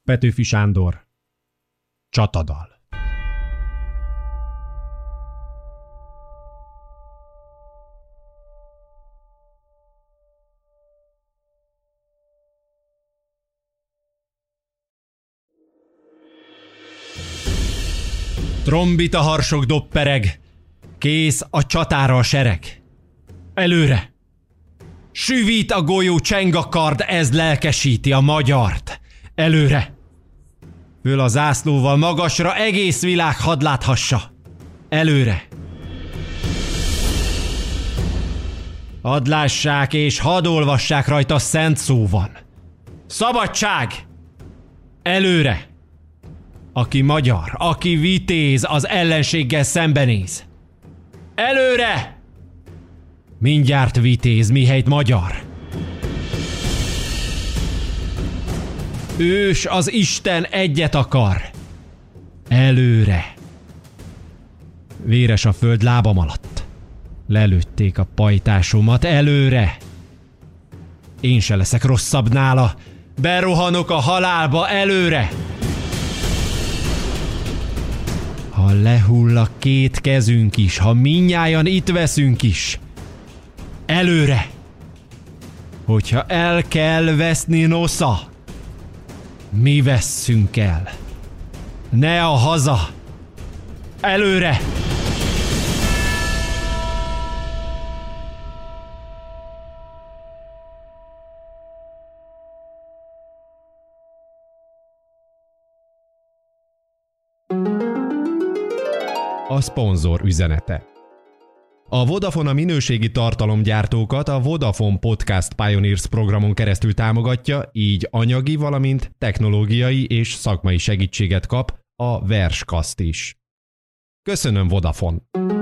Petőfi Sándor. Csatadal. Trombita harsog doppereg, kész a csatára a sereg. Előre! Süvít a golyó, cseng a kard, ez lelkesíti a magyart. Előre! Föl a zászlóval magasra, egész világ hadd láthassa. Előre! Hadd lássák és hadd olvassák rajta, szent szó van. Szabadság! Előre! Aki magyar, aki vitéz, az ellenséggel szembenéz. Előre! Mindjárt vitéz, mihelyt magyar. Ős az Isten egyet akar. Előre! Véres a föld lábam alatt. Lelőtték a pajtásomat. Előre! Én se leszek rosszabb nála. Berohanok a halálba. Előre! Ha lehull a két kezünk is, ha mindnyájan itt veszünk is. Előre! Hogyha el kell veszni nosza, mi vesszünk el. Ne a haza! Előre! A szponzor üzenete. A Vodafone a minőségi tartalomgyártókat a Vodafone Podcast Pioneers programon keresztül támogatja, így anyagi, valamint technológiai és szakmai segítséget kap a Verskast is. Köszönöm, Vodafone!